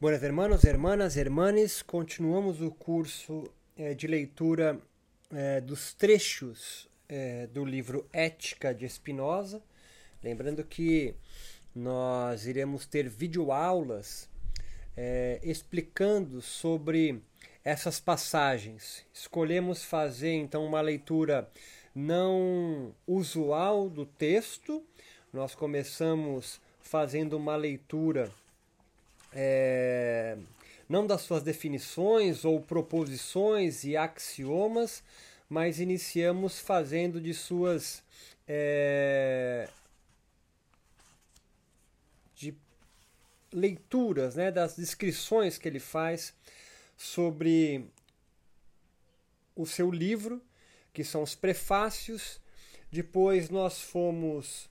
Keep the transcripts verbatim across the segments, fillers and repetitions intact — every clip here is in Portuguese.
Buenas hermanos, hermanas, hermanes, continuamos o curso eh, de leitura eh, dos trechos eh, do livro Ética de Spinoza. Lembrando que nós iremos ter videoaulas eh, explicando sobre essas passagens. Escolhemos fazer então uma leitura não usual do texto. Nós começamos fazendo uma leitura É, não das suas definições ou proposições e axiomas, mas iniciamos fazendo de suas é, de leituras, né, das descrições que ele faz sobre o seu livro, que são os prefácios. Depois nós fomos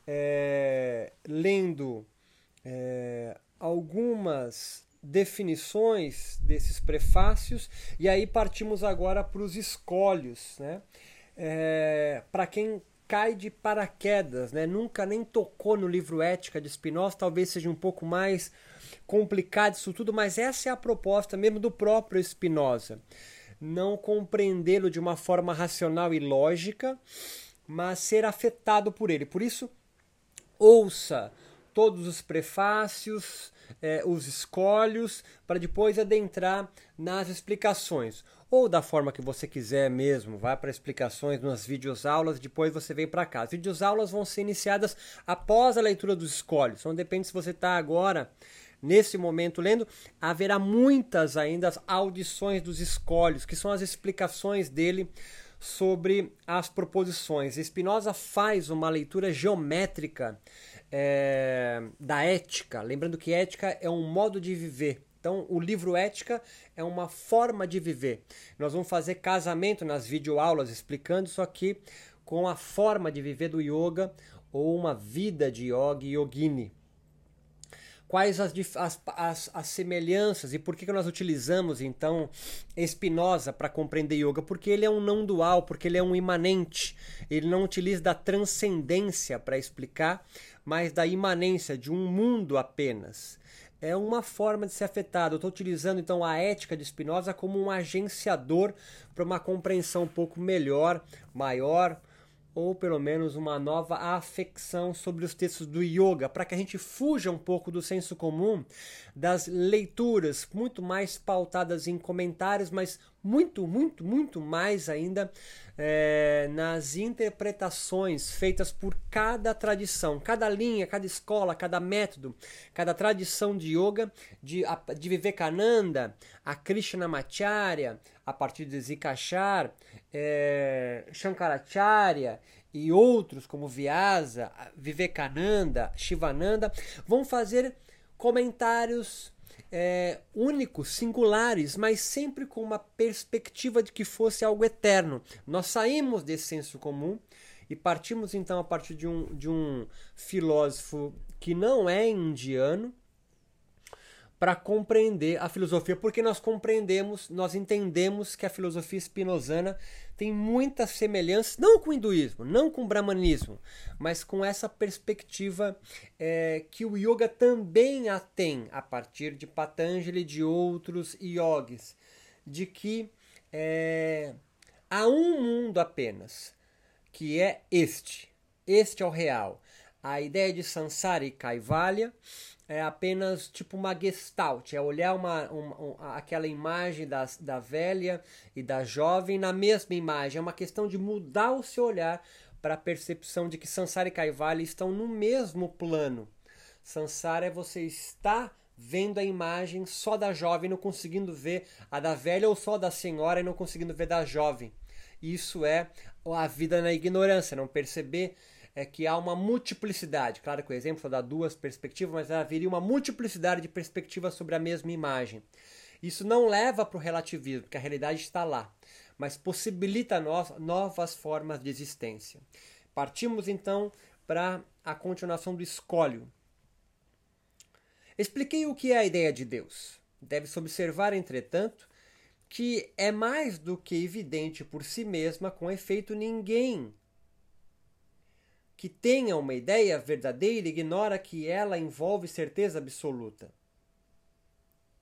é, lendo é, algumas definições desses prefácios e aí partimos agora para os escolhos, né? É, para quem cai de paraquedas, né? Nunca nem tocou no livro Ética de Spinoza, talvez seja um pouco mais complicado isso tudo, mas essa é a proposta mesmo do próprio Spinoza. Não compreendê-lo de uma forma racional e lógica, mas ser afetado por ele. Por isso, ouça todos os prefácios, eh, os escolhos, para depois adentrar nas explicações. Ou da forma que você quiser mesmo, vai para explicações nas videoaulas, depois você vem para cá. As videoaulas vão ser iniciadas após a leitura dos escolhos. Então depende se você está agora, nesse momento, lendo. Haverá muitas ainda audições dos escolhos, que são as explicações dele sobre as proposições. Spinoza faz uma leitura geométrica É, da ética, lembrando que ética é um modo de viver. Então, o livro Ética é uma forma de viver. Nós vamos fazer casamento nas videoaulas explicando isso aqui com a forma de viver do yoga ou uma vida de yogi yogini. Quais as, as, as, as semelhanças e por que, que nós utilizamos então Spinoza para compreender yoga? Porque ele é um não dual, porque ele é um imanente. Ele não utiliza da transcendência para explicar, mas da imanência, de um mundo apenas. É uma forma de ser afetado. Eu estou utilizando então a ética de Spinoza como um agenciador para uma compreensão um pouco melhor, maior, ou pelo menos uma nova afecção sobre os textos do yoga, para que a gente fuja um pouco do senso comum, das leituras muito mais pautadas em comentários, mas muito, muito, muito mais ainda é, nas interpretações feitas por cada tradição, cada linha, cada escola, cada método, cada tradição de yoga, de, de Vivekananda, a Krishnamacharya, a partir de Zikachar, é, Shankaracharya e outros como Vyasa, Vivekananda, Shivananda, vão fazer comentários é, únicos, singulares, mas sempre com uma perspectiva de que fosse algo eterno. Nós saímos desse senso comum e partimos então a partir de um, de um filósofo que não é indiano, para compreender a filosofia, porque nós compreendemos, nós entendemos que a filosofia spinozana tem muitas semelhanças, não com o hinduísmo, não com o brahmanismo, mas com essa perspectiva é, que o yoga também a tem, a partir de Patanjali e de outros yogis, de que é, há um mundo apenas, que é este, este é o real. A ideia de Sansara e Kaivalya é apenas tipo uma gestalt, é olhar uma, uma, uma, aquela imagem das, da velha e da jovem na mesma imagem. É uma questão de mudar o seu olhar para a percepção de que Sansara e Kaivalya estão no mesmo plano. Sansara é você estar vendo a imagem só da jovem, não conseguindo ver a da velha, ou só da senhora e não conseguindo ver da jovem. Isso é a vida na ignorância, não perceber é que há uma multiplicidade. Claro que o exemplo só dá duas perspectivas, mas haveria uma multiplicidade de perspectivas sobre a mesma imagem. Isso não leva para o relativismo, porque a realidade está lá, mas possibilita nós novas formas de existência. Partimos então para a continuação do escolho. Expliquei o que é a ideia de Deus. Deve-se observar, entretanto, que é mais do que evidente por si mesma, com efeito, ninguém que tenha uma ideia verdadeira ignora que ela envolve certeza absoluta.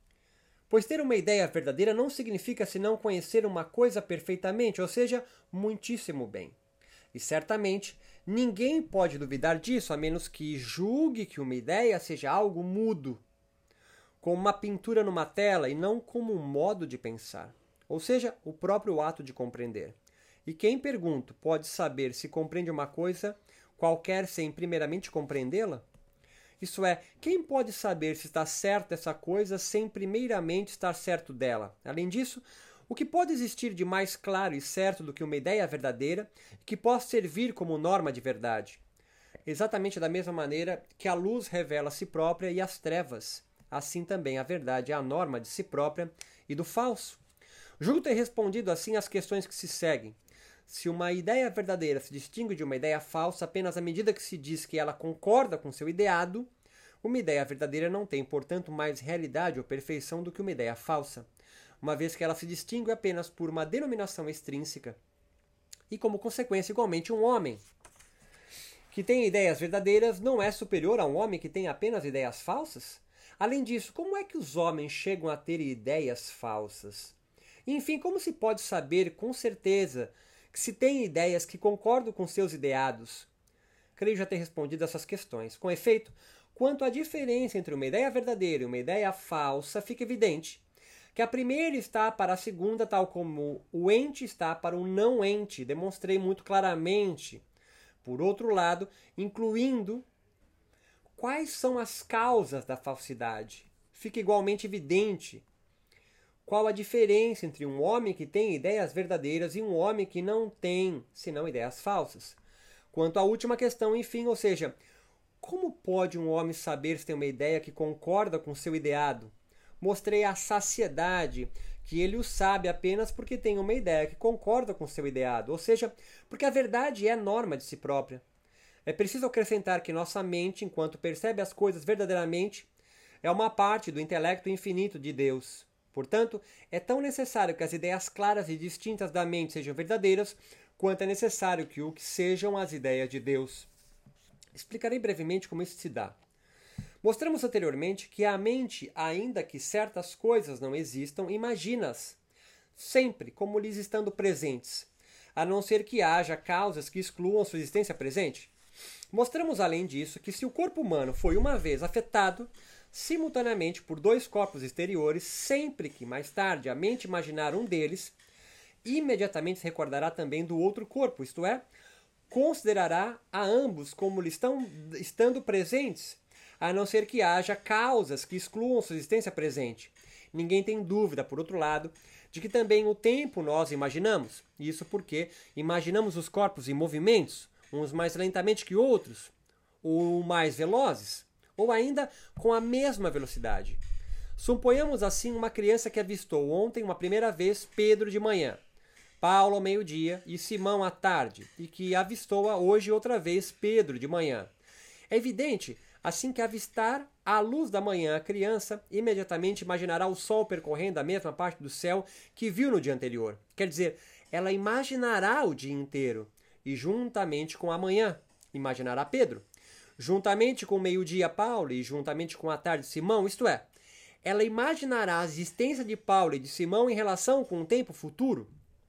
Pois ter uma ideia verdadeira não significa senão conhecer uma coisa perfeitamente, ou seja, muitíssimo bem. E certamente ninguém pode duvidar disso, a menos que julgue que uma ideia seja algo mudo, como uma pintura numa tela e não como um modo de pensar, ou seja, o próprio ato de compreender. E quem, pergunto, pode saber se compreende uma coisa qualquer sem primeiramente compreendê-la? Isso é, quem pode saber se está certa essa coisa sem primeiramente estar certo dela? Além disso, o que pode existir de mais claro e certo do que uma ideia verdadeira que possa servir como norma de verdade? Exatamente da mesma maneira que a luz revela a si própria e as trevas, assim também a verdade é a norma de si própria e do falso. Julgo ter respondido assim às questões que se seguem. Se uma ideia verdadeira se distingue de uma ideia falsa apenas à medida que se diz que ela concorda com seu ideado, uma ideia verdadeira não tem, portanto, mais realidade ou perfeição do que uma ideia falsa, uma vez que ela se distingue apenas por uma denominação extrínseca. E, como consequência, igualmente, um homem que tem ideias verdadeiras não é superior a um homem que tem apenas ideias falsas? Além disso, como é que os homens chegam a ter ideias falsas? Enfim, como se pode saber com certeza que se tem ideias que concordam com seus ideados? Creio já ter respondido essas questões. Com efeito, quanto à diferença entre uma ideia verdadeira e uma ideia falsa, fica evidente que a primeira está para a segunda, tal como o ente está para o não ente. Demonstrei muito claramente. Por outro lado, incluindo quais são as causas da falsidade. Fica igualmente evidente qual a diferença entre um homem que tem ideias verdadeiras e um homem que não tem, senão ideias falsas. Quanto à última questão, enfim, ou seja, como pode um homem saber se tem uma ideia que concorda com seu ideado? Mostrei a saciedade que ele o sabe apenas porque tem uma ideia que concorda com seu ideado, ou seja, porque a verdade é norma de si própria. É preciso acrescentar que nossa mente, enquanto percebe as coisas verdadeiramente, é uma parte do intelecto infinito de Deus. Portanto, é tão necessário que as ideias claras e distintas da mente sejam verdadeiras, quanto é necessário que o que sejam as ideias de Deus. Explicarei brevemente como isso se dá. Mostramos anteriormente que a mente, ainda que certas coisas não existam, imagina-as, sempre como lhes estando presentes, a não ser que haja causas que excluam sua existência presente. Mostramos, além disso, que se o corpo humano foi uma vez afetado simultaneamente por dois corpos exteriores, sempre que mais tarde a mente imaginar um deles, imediatamente se recordará também do outro corpo, isto é, considerará a ambos como lhe estão estando presentes, a não ser que haja causas que excluam sua existência presente. Ninguém tem dúvida, por outro lado, de que também o tempo nós imaginamos. Isso porque imaginamos os corpos em movimentos, uns mais lentamente que outros, ou mais velozes, ou ainda com a mesma velocidade. Suponhamos assim uma criança que avistou ontem uma primeira vez Pedro de manhã, Paulo ao meio-dia e Simão à tarde, e que avistou-a hoje outra vez Pedro de manhã. É evidente, assim que avistar a luz da manhã a criança, imediatamente imaginará o sol percorrendo a mesma parte do céu que viu no dia anterior. Quer dizer, ela imaginará o dia inteiro, e juntamente com a manhã, imaginará Pedro. Juntamente com o meio-dia Paulo e juntamente com a tarde Simão, isto é, ela imaginará a existência de Paulo e de Simão em relação com o tempo futuro.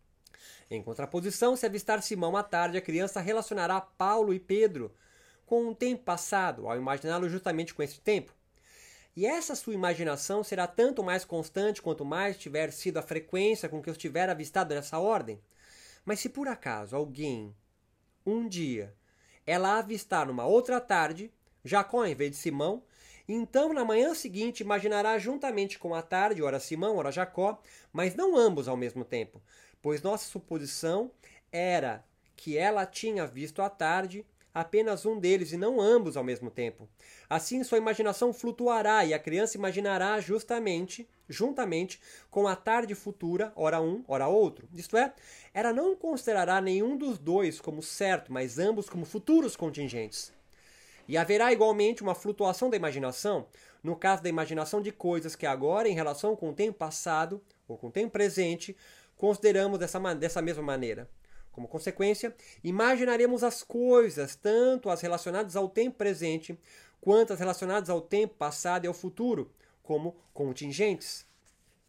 Em contraposição, se avistar Simão à tarde, a criança relacionará Paulo e Pedro com o tempo passado, ao imaginá-lo justamente com esse tempo. E essa sua imaginação será tanto mais constante quanto mais tiver sido a frequência com que os tiver avistado nessa ordem. Mas se por acaso alguém, um dia, ela avistar numa outra tarde, Jacó em vez de Simão, então na manhã seguinte imaginará juntamente com a tarde, ora Simão, ora Jacó, mas não ambos ao mesmo tempo, pois nossa suposição era que ela tinha visto à tarde apenas um deles e não ambos ao mesmo tempo. Assim sua imaginação flutuará e a criança imaginará justamente, juntamente com a tarde futura, ora um, ora outro. Isto é, ela não considerará nenhum dos dois como certo, mas ambos como futuros contingentes. E haverá igualmente uma flutuação da imaginação, no caso da imaginação de coisas que agora, em relação com o tempo passado, ou com o tempo presente, consideramos dessa, dessa mesma maneira. Como consequência, imaginaremos as coisas, tanto as relacionadas ao tempo presente, quanto as relacionadas ao tempo passado e ao futuro, como contingentes.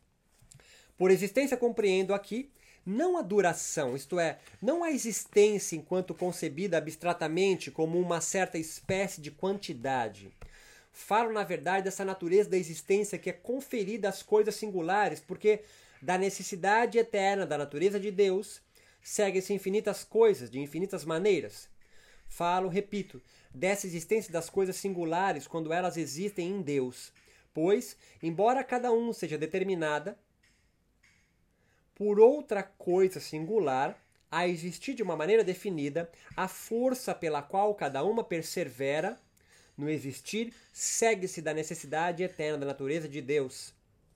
Por existência compreendo aqui não a duração, isto é, não a existência enquanto concebida abstratamente como uma certa espécie de quantidade. Falo, na verdade, dessa natureza da existência que é conferida às coisas singulares, porque da necessidade eterna da natureza de Deus segue-se infinitas coisas, de infinitas maneiras. Falo, repito, dessa existência das coisas singulares quando elas existem em Deus, pois, embora cada um seja determinada por outra coisa singular, a existir de uma maneira definida, a força pela qual cada uma persevera no existir segue-se da necessidade eterna da natureza de Deus.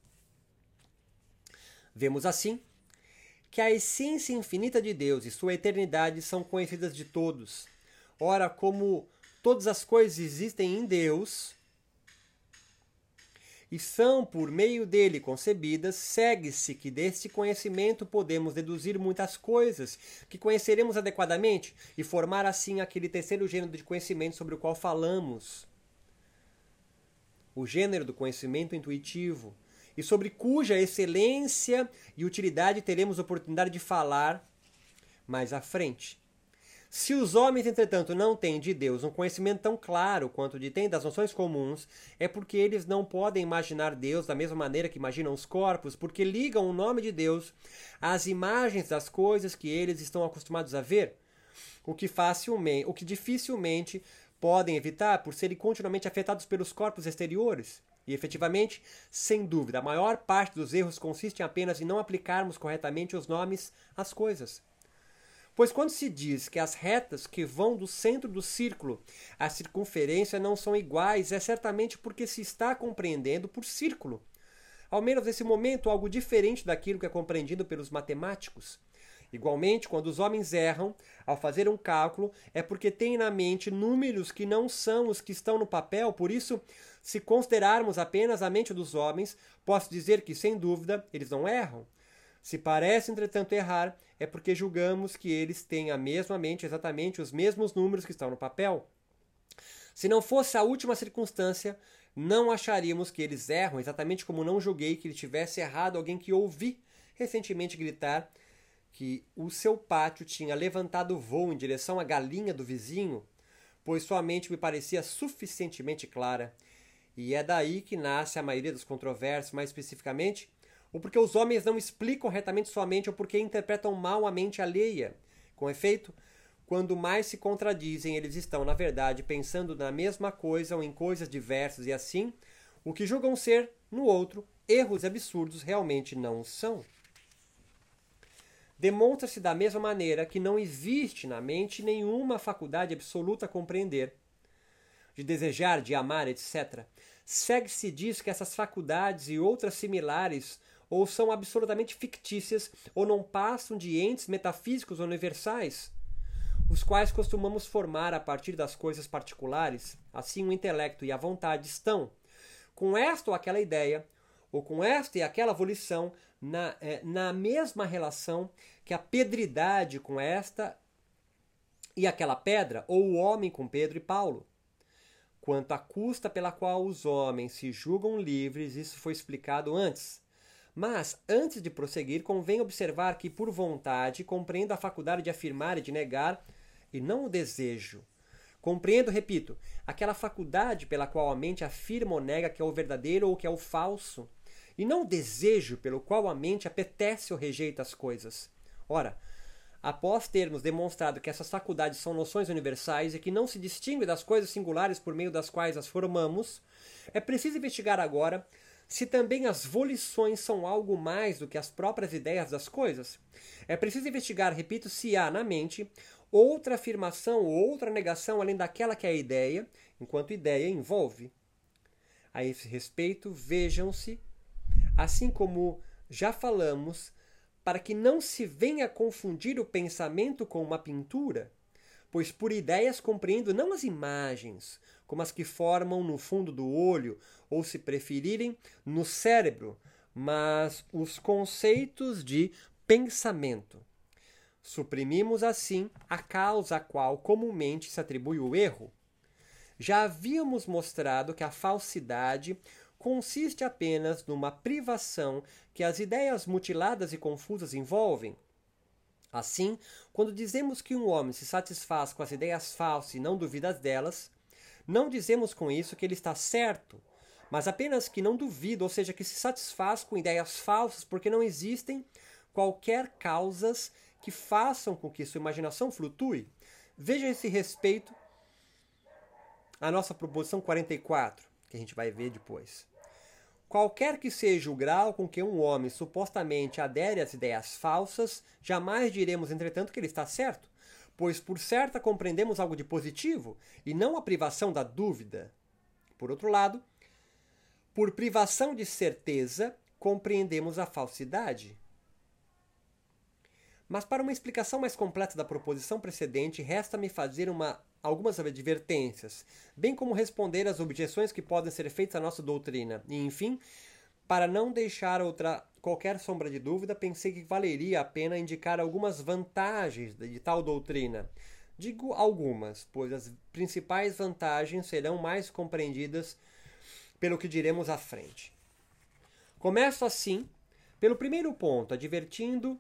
Vemos assim que a essência infinita de Deus e sua eternidade são conhecidas de todos. Ora, como todas as coisas existem em Deus e são por meio dele concebidas, segue-se que deste conhecimento podemos deduzir muitas coisas que conheceremos adequadamente e formar assim aquele terceiro gênero de conhecimento sobre o qual falamos, o gênero do conhecimento intuitivo, e sobre cuja excelência e utilidade teremos oportunidade de falar mais à frente. Se os homens, entretanto, não têm de Deus um conhecimento tão claro quanto de têm das noções comuns, é porque eles não podem imaginar Deus da mesma maneira que imaginam os corpos, porque ligam o nome de Deus às imagens das coisas que eles estão acostumados a ver, o que, facilmente, o que dificilmente podem evitar por serem continuamente afetados pelos corpos exteriores. E, efetivamente, sem dúvida, a maior parte dos erros consiste apenas em não aplicarmos corretamente os nomes às coisas. Pois quando se diz que as retas que vão do centro do círculo à circunferência não são iguais, é certamente porque se está compreendendo por círculo, ao menos nesse momento, algo diferente daquilo que é compreendido pelos matemáticos. Igualmente, quando os homens erram ao fazer um cálculo, é porque têm na mente números que não são os que estão no papel. Por isso, se considerarmos apenas a mente dos homens, posso dizer que, sem dúvida, eles não erram. Se parece, entretanto, errar, é porque julgamos que eles têm a mesma mente, exatamente os mesmos números que estão no papel. Se não fosse a última circunstância, não acharíamos que eles erram, exatamente como não julguei que ele tivesse errado alguém que ouvi recentemente gritar que o seu pátio tinha levantado voo em direção à galinha do vizinho, pois sua mente me parecia suficientemente clara. E é daí que nasce a maioria das controvérsias, mais especificamente, ou porque os homens não explicam corretamente sua mente, ou porque interpretam mal a mente alheia. Com efeito, quando mais se contradizem, eles estão, na verdade, pensando na mesma coisa ou em coisas diversas, e assim, o que julgam ser, no outro, erros absurdos realmente não são. Demonstra-se da mesma maneira que não existe na mente nenhuma faculdade absoluta a compreender, de desejar, de amar, etcétera. Segue-se diz que essas faculdades e outras similares ou são absolutamente fictícias ou não passam de entes metafísicos universais, os quais costumamos formar a partir das coisas particulares. Assim, o intelecto e a vontade estão, com esta ou aquela ideia, ou com esta e aquela volição, na, é, na mesma relação que a pedridade com esta e aquela pedra, ou o homem com Pedro e Paulo. Quanto à custa pela qual os homens se julgam livres, isso foi explicado antes. Mas, antes de prosseguir, convém observar que, por vontade, compreendo a faculdade de afirmar e de negar, e não o desejo. Compreendo, repito, aquela faculdade pela qual a mente afirma ou nega que é o verdadeiro ou que é o falso, e não o desejo pelo qual a mente apetece ou rejeita as coisas. Ora, após termos demonstrado que essas faculdades são noções universais e que não se distinguem das coisas singulares por meio das quais as formamos, é preciso investigar agora se também as volições são algo mais do que as próprias ideias das coisas. É preciso investigar, repito, se há na mente outra afirmação ou outra negação além daquela que é a ideia, enquanto ideia envolve. A esse respeito, vejam-se, assim como já falamos, para que não se venha confundir o pensamento com uma pintura, pois por ideias compreendo não as imagens, como as que formam no fundo do olho, ou se preferirem, no cérebro, mas os conceitos de pensamento. Suprimimos assim a causa a qual comumente se atribui o erro. Já havíamos mostrado que a falsidade consiste apenas numa privação que as ideias mutiladas e confusas envolvem. Assim, quando dizemos que um homem se satisfaz com as ideias falsas e não duvida delas, não dizemos com isso que ele está certo, mas apenas que não duvida, ou seja, que se satisfaz com ideias falsas porque não existem qualquer causas que façam com que sua imaginação flutue. Veja a esse respeito a nossa proposição quarenta e quatro, que a gente vai ver depois. Qualquer que seja o grau com que um homem supostamente adere às ideias falsas, jamais diremos, entretanto, que ele está certo, pois por certa compreendemos algo de positivo e não a privação da dúvida. Por outro lado, por privação de certeza, compreendemos a falsidade. Mas para uma explicação mais completa da proposição precedente, resta-me fazer uma, algumas advertências, bem como responder às objeções que podem ser feitas à nossa doutrina. E, enfim, para não deixar outra, qualquer sombra de dúvida, pensei que valeria a pena indicar algumas vantagens de tal doutrina. Digo algumas, pois as principais vantagens serão mais compreendidas pelo que diremos à frente. Começo assim pelo primeiro ponto, advertindo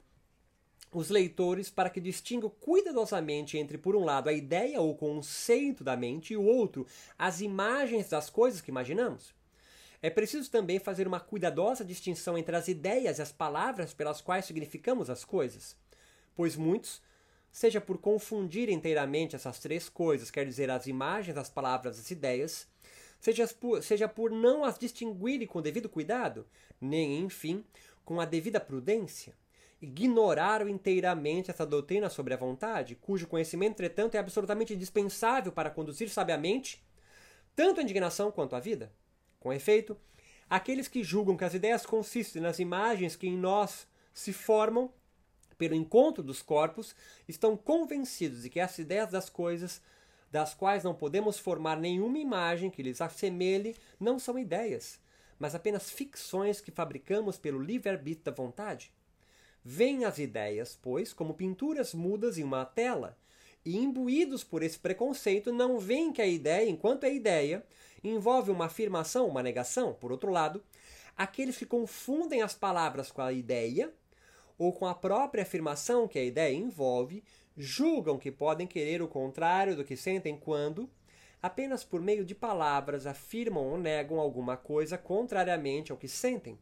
os leitores para que distingam cuidadosamente entre, por um lado, a ideia ou conceito da mente e o outro, as imagens das coisas que imaginamos. É preciso também fazer uma cuidadosa distinção entre as ideias e as palavras pelas quais significamos as coisas, pois muitos, seja por confundir inteiramente essas três coisas, quer dizer, as imagens, as palavras, as ideias, seja por, seja por não as distinguirem com devido cuidado, nem, enfim, com a devida prudência, ignoraram inteiramente essa doutrina sobre a vontade, cujo conhecimento, entretanto, é absolutamente indispensável para conduzir sabiamente tanto a indignação quanto a vida. Com efeito, aqueles que julgam que as ideias consistem nas imagens que em nós se formam pelo encontro dos corpos, estão convencidos de que as ideias das coisas, das quais não podemos formar nenhuma imagem que lhes assemelhe, não são ideias, mas apenas ficções que fabricamos pelo livre-arbítrio da vontade. Veem as ideias, pois, como pinturas mudas em uma tela, e imbuídos por esse preconceito, não veem que a ideia, enquanto é ideia, envolve uma afirmação, uma negação. Por outro lado, aqueles que confundem as palavras com a ideia, ou com a própria afirmação que a ideia envolve, julgam que podem querer o contrário do que sentem quando, apenas por meio de palavras, afirmam ou negam alguma coisa contrariamente ao que sentem.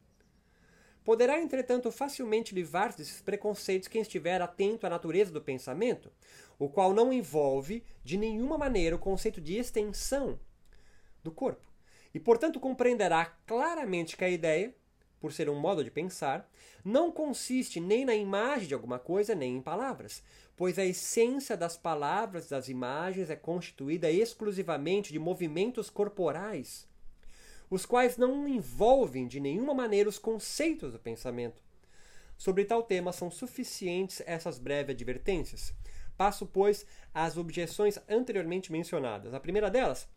Poderá, entretanto, facilmente livrar-se desses preconceitos quem estiver atento à natureza do pensamento, o qual não envolve, de nenhuma maneira, o conceito de extensão do corpo. E, portanto, compreenderá claramente que a ideia, por ser um modo de pensar, não consiste nem na imagem de alguma coisa, nem em palavras, pois a essência das palavras e das imagens é constituída exclusivamente de movimentos corporais, os quais não envolvem de nenhuma maneira os conceitos do pensamento. Sobre tal tema são suficientes essas breves advertências. Passo, pois, às objeções anteriormente mencionadas. A primeira delas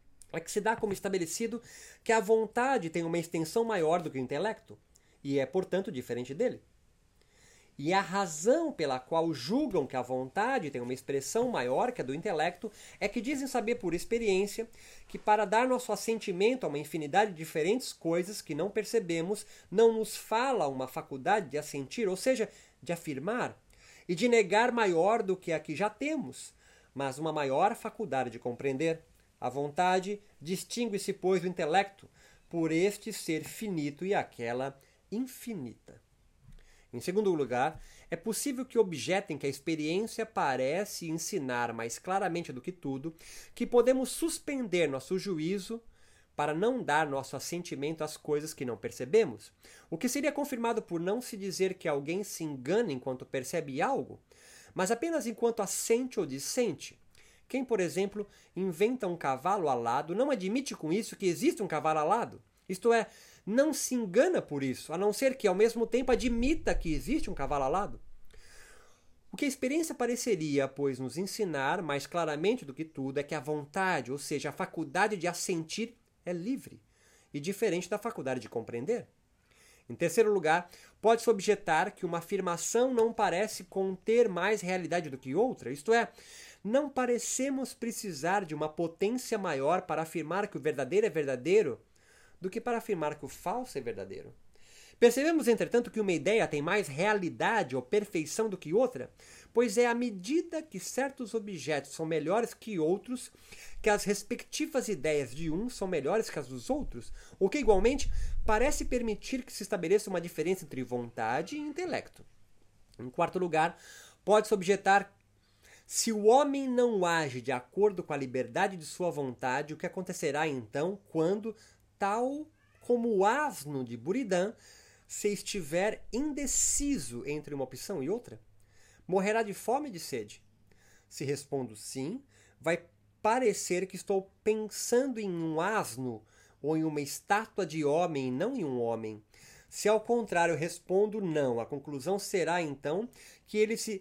é que se dá como estabelecido que a vontade tem uma extensão maior do que o intelecto, e é, portanto, diferente dele. E a razão pela qual julgam que a vontade tem uma expressão maior que a do intelecto é que dizem saber por experiência que para dar nosso assentimento a uma infinidade de diferentes coisas que não percebemos, não nos fala uma faculdade de assentir, ou seja, de afirmar, e de negar maior do que a que já temos, mas uma maior faculdade de compreender. A vontade distingue-se, pois, do intelecto, por este ser finito e aquela infinita. Em segundo lugar, é possível que objetem que a experiência parece ensinar mais claramente do que tudo que podemos suspender nosso juízo para não dar nosso assentimento às coisas que não percebemos, o que seria confirmado por não se dizer que alguém se engana enquanto percebe algo, mas apenas enquanto assente ou dissente. Quem, por exemplo, inventa um cavalo alado não admite com isso que existe um cavalo alado, isto é, não se engana por isso, a não ser que, ao mesmo tempo, admita que existe um cavalo alado. O que a experiência pareceria, pois, nos ensinar mais claramente do que tudo é que a vontade, ou seja, a faculdade de assentir, é livre e diferente da faculdade de compreender. Em terceiro lugar, pode-se objetar que uma afirmação não parece conter mais realidade do que outra, isto é, não parecemos precisar de uma potência maior para afirmar que o verdadeiro é verdadeiro do que para afirmar que o falso é verdadeiro. Percebemos, entretanto, que uma ideia tem mais realidade ou perfeição do que outra, pois é à medida que certos objetos são melhores que outros, que as respectivas ideias de uns são melhores que as dos outros, o que, igualmente, parece permitir que se estabeleça uma diferença entre vontade e intelecto. Em quarto lugar, pode-se objetar: se o homem não age de acordo com a liberdade de sua vontade, o que acontecerá então quando, tal como o asno de Buridan, se estiver indeciso entre uma opção e outra? Morrerá de fome e de sede? Se respondo sim, vai parecer que estou pensando em um asno ou em uma estátua de homem e não em um homem. Se ao contrário respondo não, a conclusão será então que ele se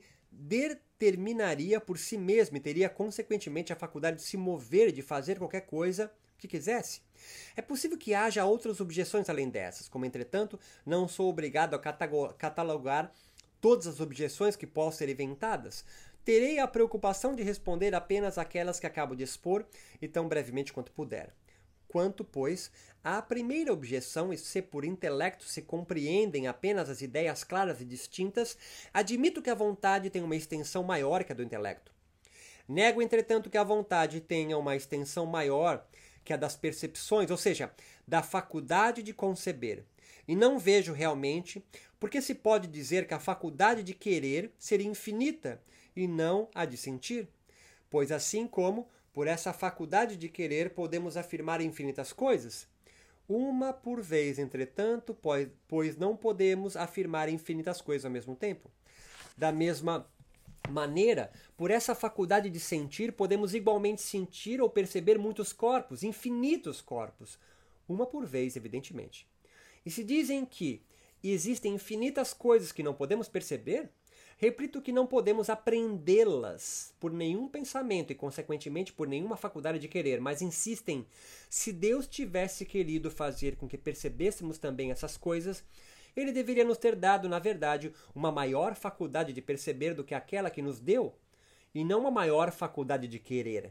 determinaria por si mesmo e teria consequentemente a faculdade de se mover e de fazer qualquer coisa que quisesse. É possível que haja outras objeções além dessas, como entretanto não sou obrigado a catalogar todas as objeções que possam ser inventadas. Terei a preocupação de responder apenas aquelas que acabo de expor e tão brevemente quanto puder. Quanto, pois, à primeira objeção, e se por intelecto se compreendem apenas as ideias claras e distintas, admito que a vontade tem uma extensão maior que a do intelecto. Nego, entretanto, que a vontade tenha uma extensão maior que a das percepções, ou seja, da faculdade de conceber. E não vejo realmente porque se pode dizer que a faculdade de querer seria infinita e não a de sentir. Pois assim como, por essa faculdade de querer, podemos afirmar infinitas coisas, uma por vez, entretanto, pois, pois não podemos afirmar infinitas coisas ao mesmo tempo. Da mesma maneira, por essa faculdade de sentir, podemos igualmente sentir ou perceber muitos corpos, infinitos corpos, uma por vez, evidentemente. E se dizem que existem infinitas coisas que não podemos perceber, repito que não podemos apreendê-las por nenhum pensamento e, consequentemente, por nenhuma faculdade de querer, mas insistem, se Deus tivesse querido fazer com que percebêssemos também essas coisas, ele deveria nos ter dado, na verdade, uma maior faculdade de perceber do que aquela que nos deu, e não uma maior faculdade de querer.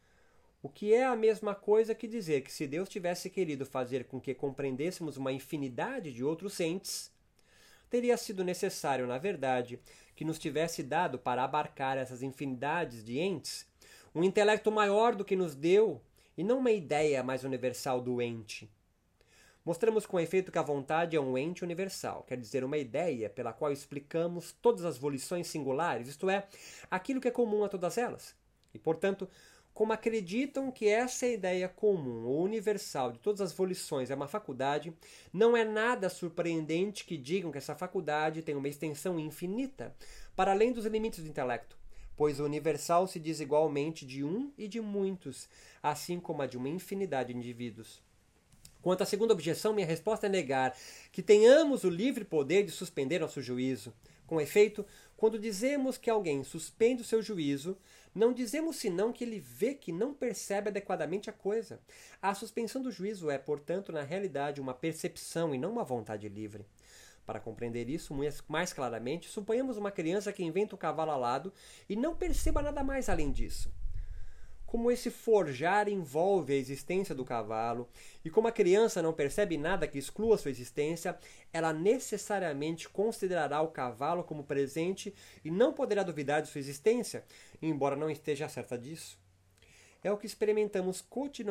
O que é a mesma coisa que dizer que se Deus tivesse querido fazer com que compreendêssemos uma infinidade de outros entes, teria sido necessário, na verdade, que nos tivesse dado para abarcar essas infinidades de entes um intelecto maior do que nos deu, e não uma ideia mais universal do ente. Mostramos com efeito que a vontade é um ente universal, quer dizer, uma ideia pela qual explicamos todas as volições singulares, isto é, aquilo que é comum a todas elas. E, portanto, como acreditam que essa ideia comum ou universal de todas as volições é uma faculdade, não é nada surpreendente que digam que essa faculdade tem uma extensão infinita, para além dos limites do intelecto, pois o universal se diz igualmente de um e de muitos, assim como a de uma infinidade de indivíduos. Quanto à segunda objeção, minha resposta é negar que tenhamos o livre poder de suspender nosso juízo. Com efeito, quando dizemos que alguém suspende o seu juízo, não dizemos senão que ele vê que não percebe adequadamente a coisa. A suspensão do juízo é, portanto, na realidade, uma percepção e não uma vontade livre. Para compreender isso mais claramente, suponhamos uma criança que inventa um cavalo alado e não perceba nada mais além disso. Como esse forjar envolve a existência do cavalo, e como a criança não percebe nada que exclua sua existência, ela necessariamente considerará o cavalo como presente e não poderá duvidar de sua existência, embora não esteja certa disso. É o que experimentamos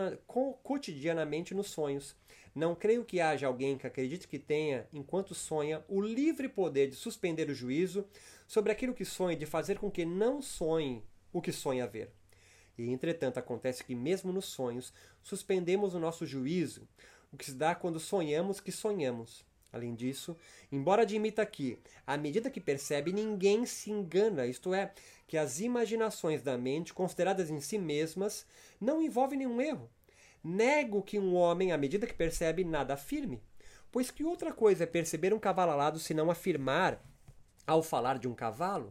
cotidianamente nos sonhos. Não creio que haja alguém que acredite que tenha, enquanto sonha, o livre poder de suspender o juízo sobre aquilo que sonha e de fazer com que não sonhe o que sonha ver. E, entretanto, acontece que, mesmo nos sonhos, suspendemos o nosso juízo, o que se dá quando sonhamos que sonhamos. Além disso, embora admita que, à medida que percebe, ninguém se engana, isto é, que as imaginações da mente, consideradas em si mesmas, não envolvem nenhum erro. Nego que um homem, à medida que percebe, nada afirme, pois que outra coisa é perceber um cavalo alado se não afirmar, ao falar de um cavalo,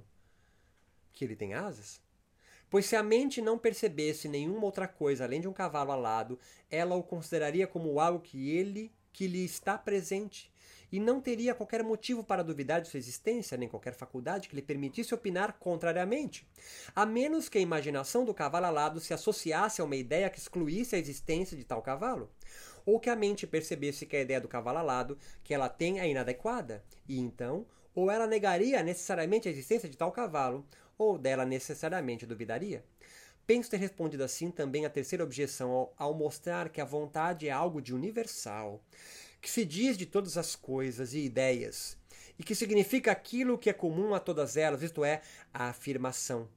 que ele tem asas? Pois se a mente não percebesse nenhuma outra coisa além de um cavalo alado, ela o consideraria como algo que ele, que lhe está presente, e não teria qualquer motivo para duvidar de sua existência, nem qualquer faculdade que lhe permitisse opinar contrariamente, a menos que a imaginação do cavalo alado se associasse a uma ideia que excluísse a existência de tal cavalo. ou que a mente percebesse que a ideia do cavalo alado que ela tem é inadequada, e então, ou ela negaria necessariamente a existência de tal cavalo, ou dela necessariamente duvidaria. Penso ter respondido assim também a terceira objeção ao, ao mostrar que a vontade é algo de universal, que se diz de todas as coisas e ideias, e que significa aquilo que é comum a todas elas, isto é, a afirmação,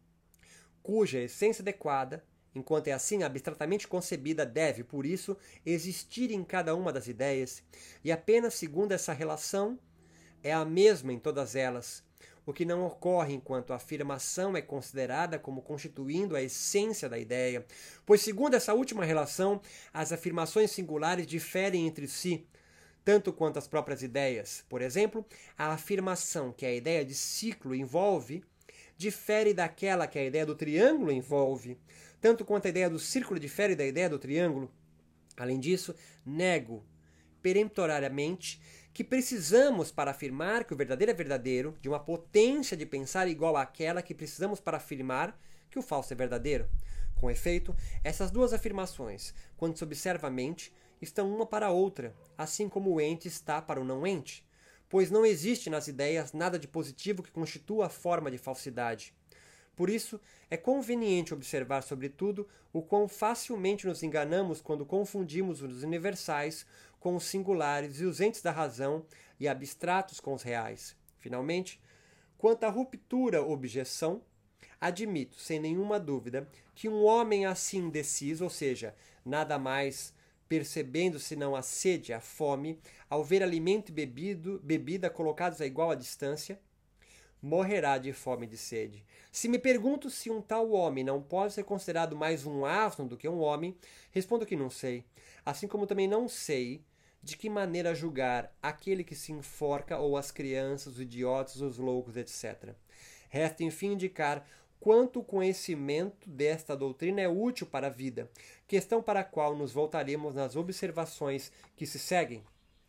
cuja essência adequada, enquanto é assim abstratamente concebida, deve, por isso, existir em cada uma das ideias, e apenas segundo essa relação é a mesma em todas elas, o que não ocorre enquanto a afirmação é considerada como constituindo a essência da ideia, pois segundo essa última relação, as afirmações singulares diferem entre si, tanto quanto as próprias ideias. Por exemplo, a afirmação que a ideia de ciclo envolve difere daquela que a ideia do triângulo envolve, tanto quanto a ideia do círculo difere da ideia do triângulo. Além disso, nego peremptoriamente que precisamos para afirmar que o verdadeiro é verdadeiro, de uma potência de pensar igual àquela que precisamos para afirmar que o falso é verdadeiro. Com efeito, essas duas afirmações, quando se observa a mente, estão uma para a outra, assim como o ente está para o não ente, pois não existe nas ideias nada de positivo que constitua a forma de falsidade. Por isso, é conveniente observar, sobretudo, o quão facilmente nos enganamos quando confundimos os universais com os singulares e os entes da razão e abstratos com os reais. Finalmente, quanto à ruptura-objeção, admito, sem nenhuma dúvida, que um homem assim indeciso, ou seja, nada mais percebendo senão a sede, a fome, ao ver alimento e bebido, bebida colocados a igual a distância, morrerá de fome e de sede. Se me pergunto se um tal homem não pode ser considerado mais um asno do que um homem, respondo que não sei. Assim como também não sei de que maneira julgar aquele que se enforca ou as crianças, os idiotas, os loucos, etcétera. Resta, enfim, indicar quanto o conhecimento desta doutrina é útil para a vida, questão para a qual nos voltaremos nas observações que se seguem.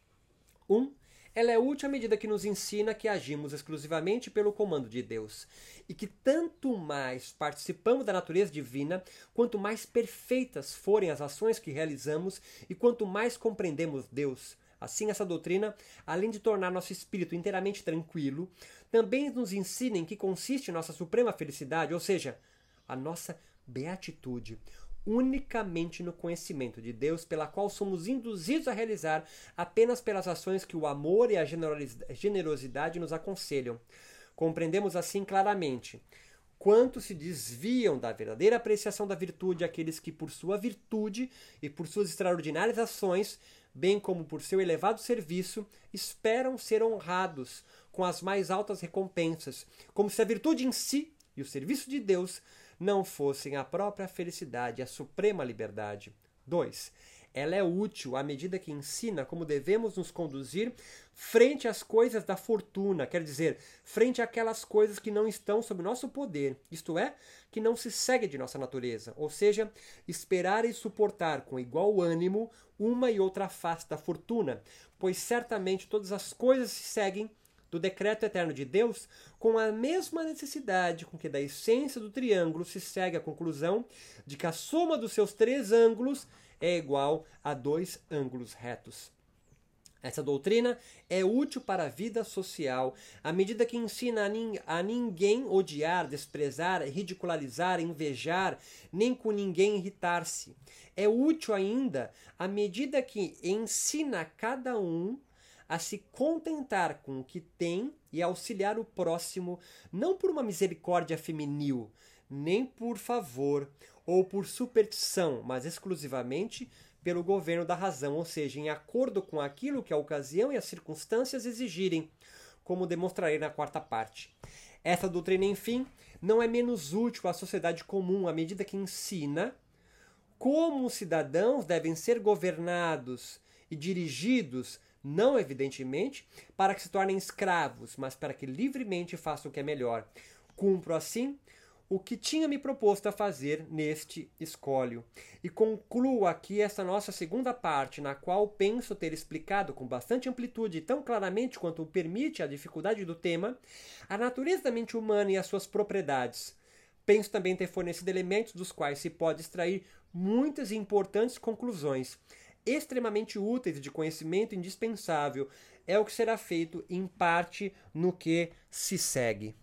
um. Ela é útil à medida que nos ensina que agimos exclusivamente pelo comando de Deus, e que tanto mais participamos da natureza divina, quanto mais perfeitas forem as ações que realizamos e quanto mais compreendemos Deus. Assim, essa doutrina, além de tornar nosso espírito inteiramente tranquilo, também nos ensina em que consiste nossa suprema felicidade, ou seja, a nossa beatitude, unicamente no conhecimento de Deus, pela qual somos induzidos a realizar apenas pelas ações que o amor e a generosidade nos aconselham. Compreendemos assim claramente quanto se desviam da verdadeira apreciação da virtude aqueles que, por sua virtude e por suas extraordinárias ações, bem como por seu elevado serviço, esperam ser honrados com as mais altas recompensas, como se a virtude em si e o serviço de Deus não fossem a própria felicidade e a suprema liberdade. dois. Ela é útil à medida que ensina como devemos nos conduzir frente às coisas da fortuna, quer dizer, frente àquelas coisas que não estão sob nosso poder, isto é, que não se seguem de nossa natureza, ou seja, esperar e suportar com igual ânimo uma e outra face da fortuna, pois certamente todas as coisas se seguem do decreto eterno de Deus com a mesma necessidade com que da essência do triângulo se segue a conclusão de que a soma dos seus três ângulos é igual a dois ângulos retos. Essa doutrina é útil para a vida social à medida que ensina a, nin a ninguém odiar, desprezar, ridicularizar, invejar, nem com ninguém irritar-se. É útil ainda à medida que ensina a cada um a se contentar com o que tem e auxiliar o próximo, não por uma misericórdia feminil, nem por favor ou por superstição, mas exclusivamente pelo governo da razão, ou seja, em acordo com aquilo que a ocasião e as circunstâncias exigirem, como demonstrarei na quarta parte. Essa doutrina, enfim, não é menos útil à sociedade comum à medida que ensina como os cidadãos devem ser governados e dirigidos, não evidentemente para que se tornem escravos, mas para que livremente façam o que é melhor. Cumpro assim o que tinha me proposto a fazer neste escolho. E concluo aqui esta nossa segunda parte, na qual penso ter explicado com bastante amplitude e tão claramente quanto o permite a dificuldade do tema, a natureza da mente humana e as suas propriedades. Penso também ter fornecido elementos dos quais se pode extrair muitas e importantes conclusões. extremamente úteis e de conhecimento indispensável é o que será feito em parte no que se segue.